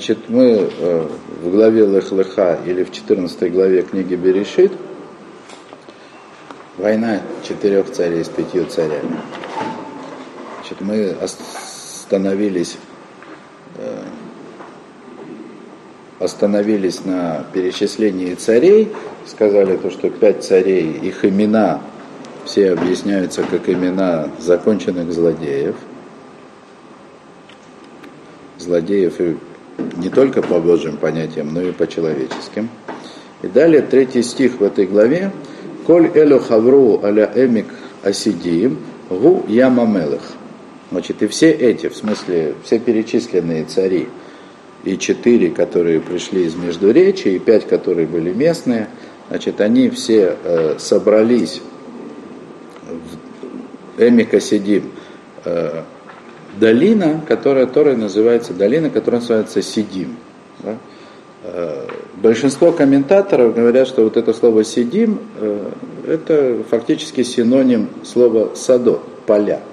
Значит, мы в главе Лех-Леха или в 14 главе книги Берешит. Война 4 царей с 5 царями. Значит, мы остановились на перечислении царей, сказали то, что 5 царей, их имена все объясняются как имена законченных злодеев. Злодеев и не только по Божьим понятиям, но и по человеческим. И далее 3 стих в этой главе. «Коль элю хавру аля эмик асидиим гу ямамелых». Значит, и все эти, в смысле, все перечисленные цари, и 4, которые пришли из Междуречия, и 5, которые были местные, значит, они все собрались в эмик асидим, долина, которая называется Сидим. Да? Большинство комментаторов говорят, что вот это слово Сидим это фактически синоним слова садо, поля.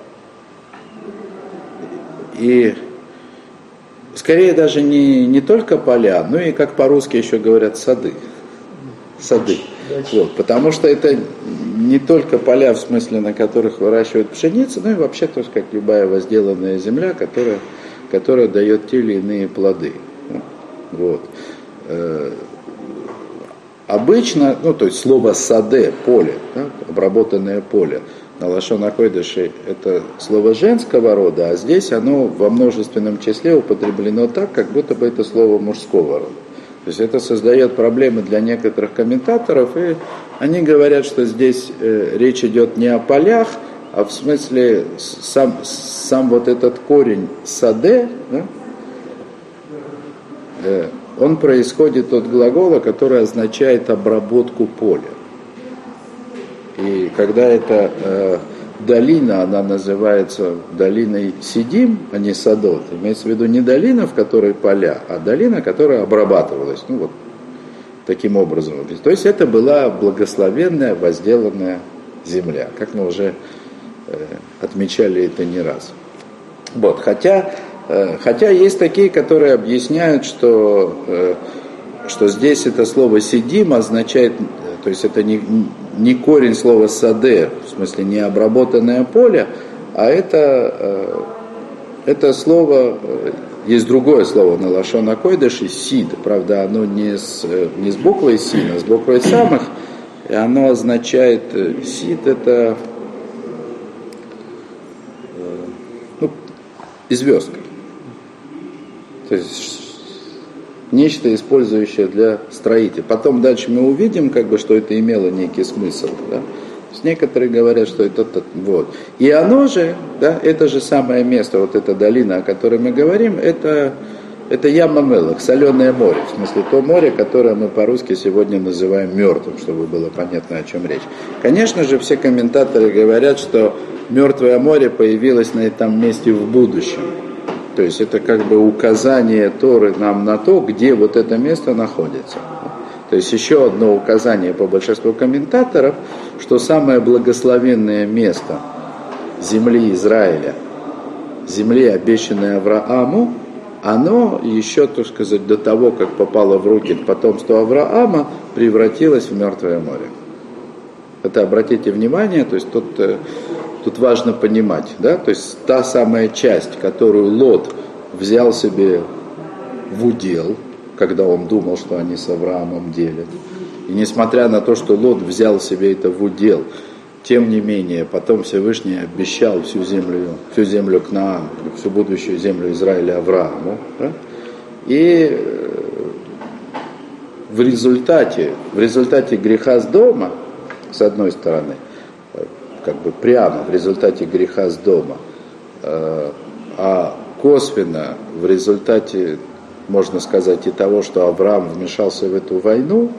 И скорее даже не только поля, но и, как по-русски еще говорят, сады. Сады. Вот, потому что это не только поля, в смысле, на которых выращивают пшеницу, но и вообще тоже как любая возделанная земля, которая дает те или иные плоды. Вот. Обычно, то есть слово саде, поле, да, обработанное поле, на лашон а-койдеше это слово женского рода, а здесь оно во множественном числе употреблено так, как будто бы это слово мужского рода. То есть это создает проблемы для некоторых комментаторов, и они говорят, что здесь речь идет не о полях, а в смысле сам вот этот корень саде, да, он происходит от глагола, который означает обработку поля. И когда эта долина, она называется долиной Сидим, а не Садот, имеется в виду не долина, в которой поля, а долина, которая обрабатывалась, вот таким образом. То есть это была благословенная, возделанная земля, как мы уже отмечали это не раз. Вот, хотя есть такие, которые объясняют, что здесь это слово «сидим» означает, то есть это не корень слова «саде», в смысле не обработанное поле, а это слово, есть другое слово на лашон а-койдеше, «сид», правда, оно не с буквой «син», а с буквой «самых», и оно означает, «сид» это и звездка. То есть нечто, использующее для строителя. Потом дальше мы увидим, что это имело некий смысл. Да? То есть некоторые говорят, что это вот. И оно же, да, это же самое место, вот эта долина, о которой мы говорим, это Ям-Амелах, соленое море. В смысле, то море, которое мы по-русски сегодня называем мертвым, чтобы было понятно, о чем речь. Конечно же, все комментаторы говорят, что Мертвое море появилось на этом месте в будущем. То есть это указание Торы нам на то, где вот это место находится. То есть еще одно указание по большинству комментаторов, что самое благословенное место земли Израиля, земли, обещанной Аврааму, оно еще, так сказать, до того, как попало в руки потомства Авраама, превратилось в Мертвое море. Это обратите внимание, то есть тут важно понимать, да, то есть та самая часть, которую Лот взял себе в удел, когда он думал, что они с Авраамом делят. И несмотря на то, что Лот взял себе это в удел, тем не менее, потом Всевышний обещал всю землю Кнаан, всю будущую землю Израиля Аврааму. Да? И в результате греха Сдома, с одной стороны, прямо в результате греха Сдома, а косвенно в результате, можно сказать, и того, что Авраам вмешался в эту войну,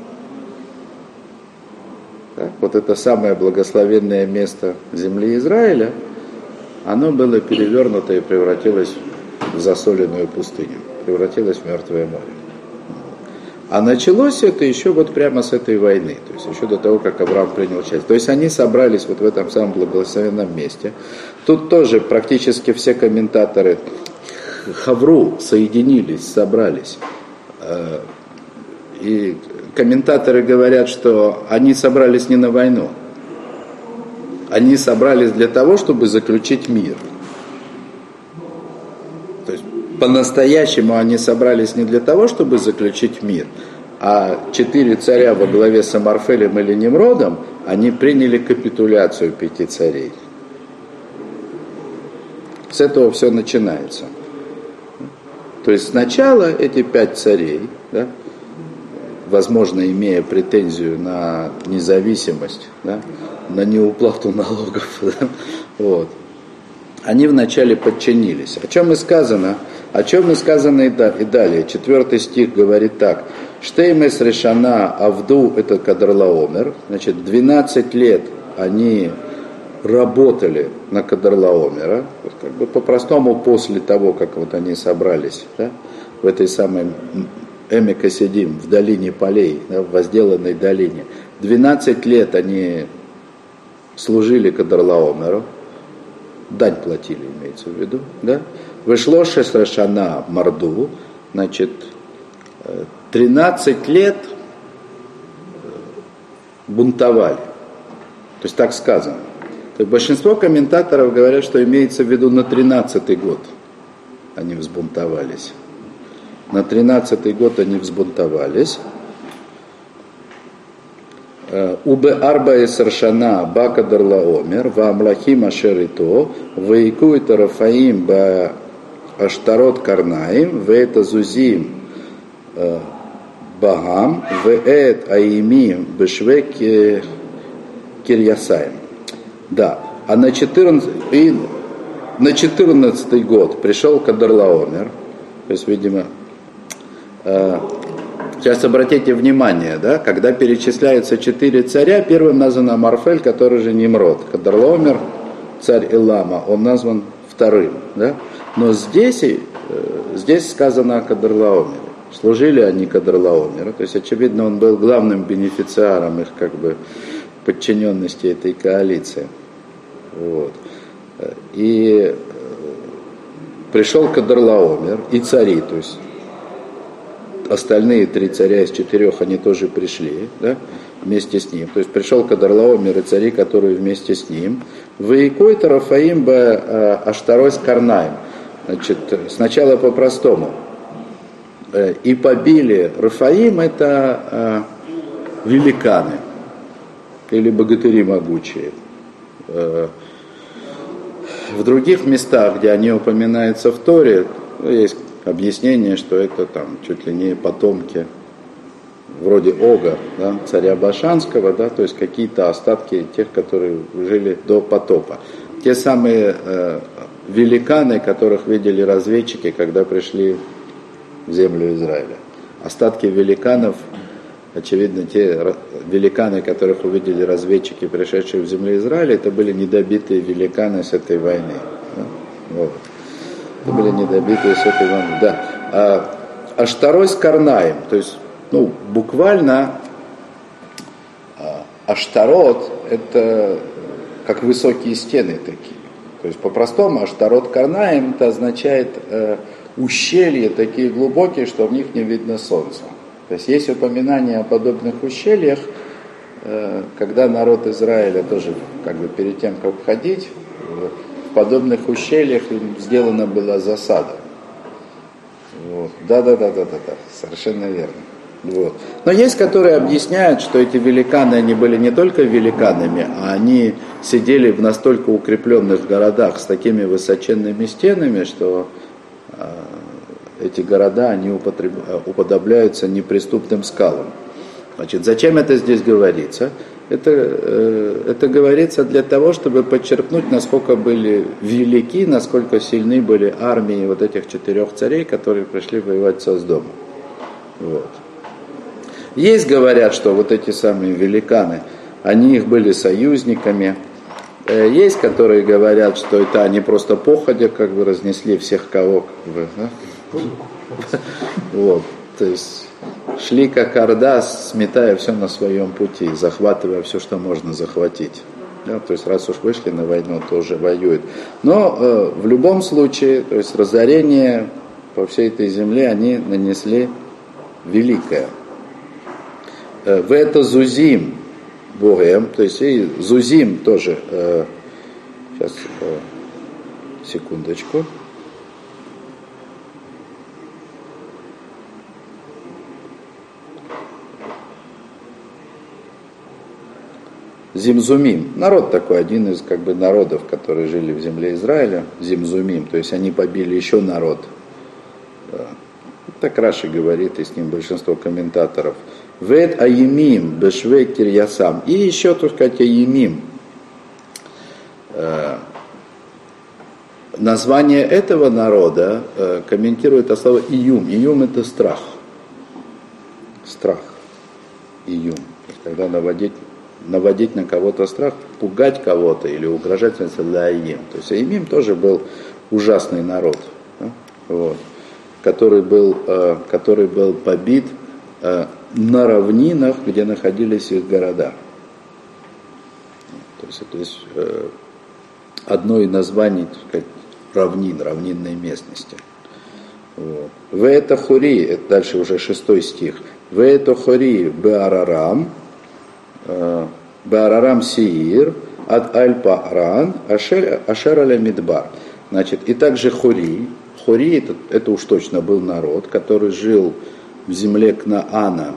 да, вот это самое благословенное место земли Израиля, оно было перевернуто и превратилось в засоленную пустыню, превратилось в Мертвое море. А началось это еще прямо с этой войны, то есть еще до того, как Авраам принял участие. То есть они собрались в этом самом благословенном месте. Тут тоже практически все комментаторы хавру, соединились, собрались. И комментаторы говорят, что они собрались не на войну. Они собрались для того, чтобы заключить мир. То есть по-настоящему они собрались не для того, чтобы заключить мир, а 4 царя во главе с Амарфелем или Немродом, они приняли капитуляцию 5 царей. С этого все начинается. То есть сначала эти 5 царей, да, возможно, имея претензию на независимость, да, на неуплату налогов, да, вот, они вначале подчинились. О чем и сказано и далее. 4 стих говорит так. Штеймес решана авду, это Кадрлаомер. Значит, 12 лет они работали на Кадрлаомера. Как бы по-простому после того, как вот они собрались, да, в этой самой Эмека Сидим, в долине полей, да, в возделанной долине. 12 лет они служили Кадрлаомеру. Дань платили, имеется в виду, да? Вышло Шешрашана Марду, значит, 13 лет бунтовали. То есть так сказано. То есть большинство комментаторов говорят, что имеется в виду на 13-й год они взбунтовались. На 13-й год они взбунтовались. Убе арба эсершана ба Кадрлаомер, ва амлахим ашерито, вейку и тарафаим ба аштарот карнаим, вейта зузим багам, вейт аимим бешвек кирьясаем. Да, а на 14-й год пришел Кадрлаомер, то есть, видимо, сейчас обратите внимание, да, когда перечисляются 4 царя, первым назван Амарфель, который же Немрод. Кадрлаомер, царь Элама, он назван вторым. Да? Но здесь сказано о Кадрлаомере. Служили они Кадрлаомеру, то есть, очевидно, он был главным бенефициаром их как бы подчиненности этой коалиции. Вот. И пришел Кадрлаомер и цари, то есть остальные 3 царя из 4, они тоже пришли, да, вместе с ним. То есть пришел Кадрлаомер и цари, которые вместе с ним. Вейкой тарафаим ба аштарой с Карнаем. Значит, сначала по-простому. И побили Рафаим, это великаны или богатыри могучие. В других местах, где они упоминаются в Торе, есть объяснение, что это там чуть ли не потомки вроде Ога, да, царя Башанского, да, то есть какие-то остатки тех, которые жили до потопа. Те самые великаны, которых видели разведчики, когда пришли в землю Израиля. Остатки великанов, очевидно, те великаны, которых увидели разведчики, пришедшие в землю Израиля, это были недобитые великаны с этой войны. Да? Вот. Это были недобитые с этой войны. Да. Аштарой с Карнаем, то есть, ну, буквально Аштарот это как высокие стены такие. То есть по-простому Аштарот Карнаем это означает ущелья такие глубокие, что в них не видно солнца. То есть есть упоминание о подобных ущельях, когда народ Израиля тоже как бы перед тем, как входить, в подобных ущельях им сделана была засада. Вот. Да, совершенно верно. Вот. Но есть, которые объясняют, что эти великаны, они были не только великанами, а они сидели в настолько укрепленных городах с такими высоченными стенами, что эти города, они уподобляются неприступным скалам. Значит, зачем это здесь говорится? Это говорится для того, чтобы подчеркнуть, насколько были велики, насколько сильны были армии вот этих 4 царей, которые пришли воевать с Содомом. Вот. Есть, говорят, что вот эти самые великаны, они их были союзниками. Есть, которые говорят, что это они просто походя как бы разнесли всех, кого как бы, да? Вот, то есть шли как орда, сметая все на своем пути, захватывая все, что можно захватить. Да, то есть раз уж вышли на войну, то уже воюют. Но в любом случае, то есть разорение по всей этой земле они нанесли великое. В это Зузим Богем, то есть и Зузим тоже, сейчас, секундочку. Зимзумим. Народ такой, один из как бы народов, которые жили в земле Израиля. Зимзумим. То есть они побили еще народ. Так Раши говорит, и с ним большинство комментаторов. Вет аемим бешве кирьясам. И еще, так сказать, аемим. Название этого народа комментирует от слова июм. Июм это страх. Страх. Июм. Когда наводить на кого-то страх, пугать кого-то или угрожать, это лаим. То есть Аимим тоже был ужасный народ, да? Вот, который был побит на равнинах, где находились их города. То есть это одно из названий, так сказать, равнинной местности. Вот. В это хури, это дальше уже 6 стих. В это хури беарарам, Баарарам Сеир, от Аль-Паран, Ашер аля Мидбар. Значит, и также Хури. Хури это уж точно был народ, который жил в земле Кнаана,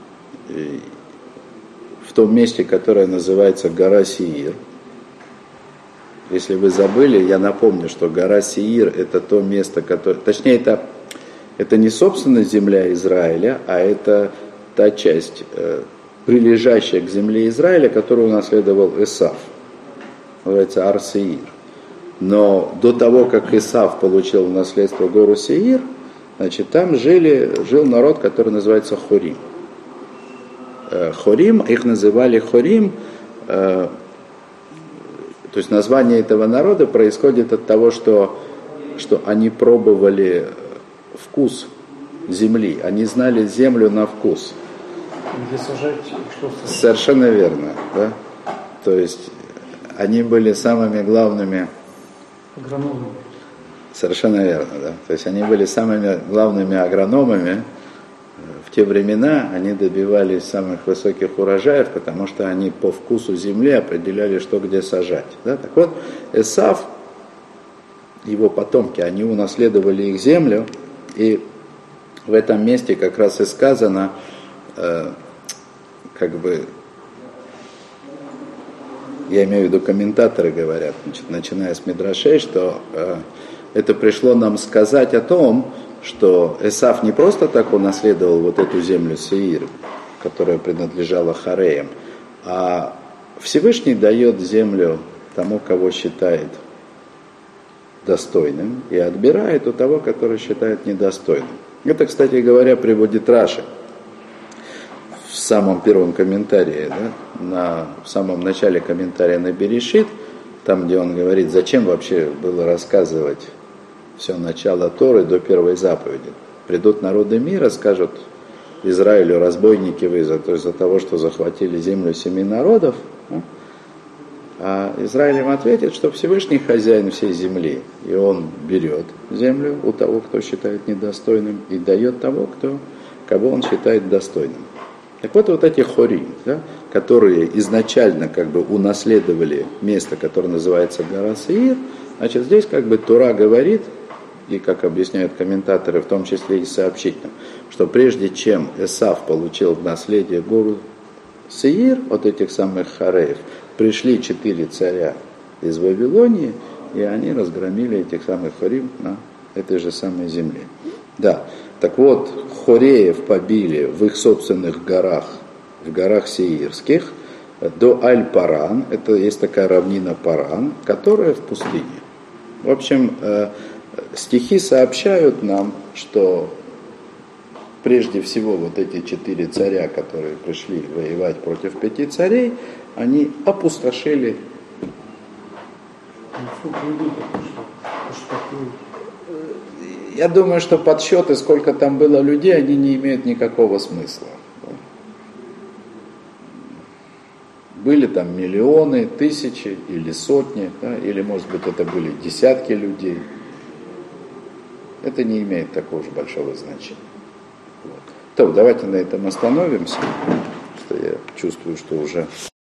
в том месте, которое называется гора Сеир. Если вы забыли, я напомню, что гора Сеир это то место, которое... Точнее, это не собственно земля Израиля, а это та часть... прилежащая к земле Израиля, которую унаследовал Исав. Называется Ар-Сеир. Но до того, как Исав получил в наследство гору Сеир, значит, там жил народ, который называется Хорим. Хорим, их называли Хорим, то есть название этого народа происходит от того, что они пробовали вкус земли, они знали землю на вкус. Где сажать, что сажать. Совершенно верно, да? То есть они были самыми главными агрономами. Совершенно верно, да. То есть они были самыми главными агрономами. В те времена они добивались самых высоких урожаев, потому что они по вкусу земли определяли, что где сажать. Да? Так вот, Эсав, его потомки, они унаследовали их землю, и в этом месте как раз и сказано, как бы, я имею в виду, комментаторы говорят, значит, начиная с Мидрашей, что это пришло нам сказать о том, что Эсав не просто так унаследовал вот эту землю Сеир, которая принадлежала Хареям, а Всевышний дает землю тому, кого считает достойным, и отбирает у того, который считает недостойным. Это, кстати говоря, приводит Раши в самом первом комментарии, да, в самом начале комментария на Берешит, там, где он говорит, зачем вообще было рассказывать все начало Торы до первой заповеди. Придут народы мира, скажут Израилю, разбойники вы из-за того, что захватили землю 7 народов. А Израиль им ответит, что Всевышний хозяин всей земли, и он берет землю у того, кто считает недостойным, и дает того, кого он считает достойным. Так вот эти хорим, да, которые изначально как бы унаследовали место, которое называется гора Сеир, значит, здесь как бы Тора говорит, и как объясняют комментаторы, в том числе и сообщить нам, что прежде чем Эсав получил в наследие гору Сеир от этих самых Хареев, пришли 4 царя из Вавилонии, и они разгромили этих самых хорим на этой же самой земле. Да, так вот, хореев побили в их собственных горах, в горах Сеирских, до Аль-Паран, это есть такая равнина Паран, которая в пустыне. В общем, стихи сообщают нам, что прежде всего вот эти 4 царя, которые пришли воевать против 5 царей, они опустошили. Я думаю, что подсчеты, сколько там было людей, они не имеют никакого смысла. Были там миллионы, тысячи или сотни, да, или, может быть, это были десятки людей. Это не имеет такого же большого значения. Вот. То, давайте на этом остановимся, что я чувствую, что уже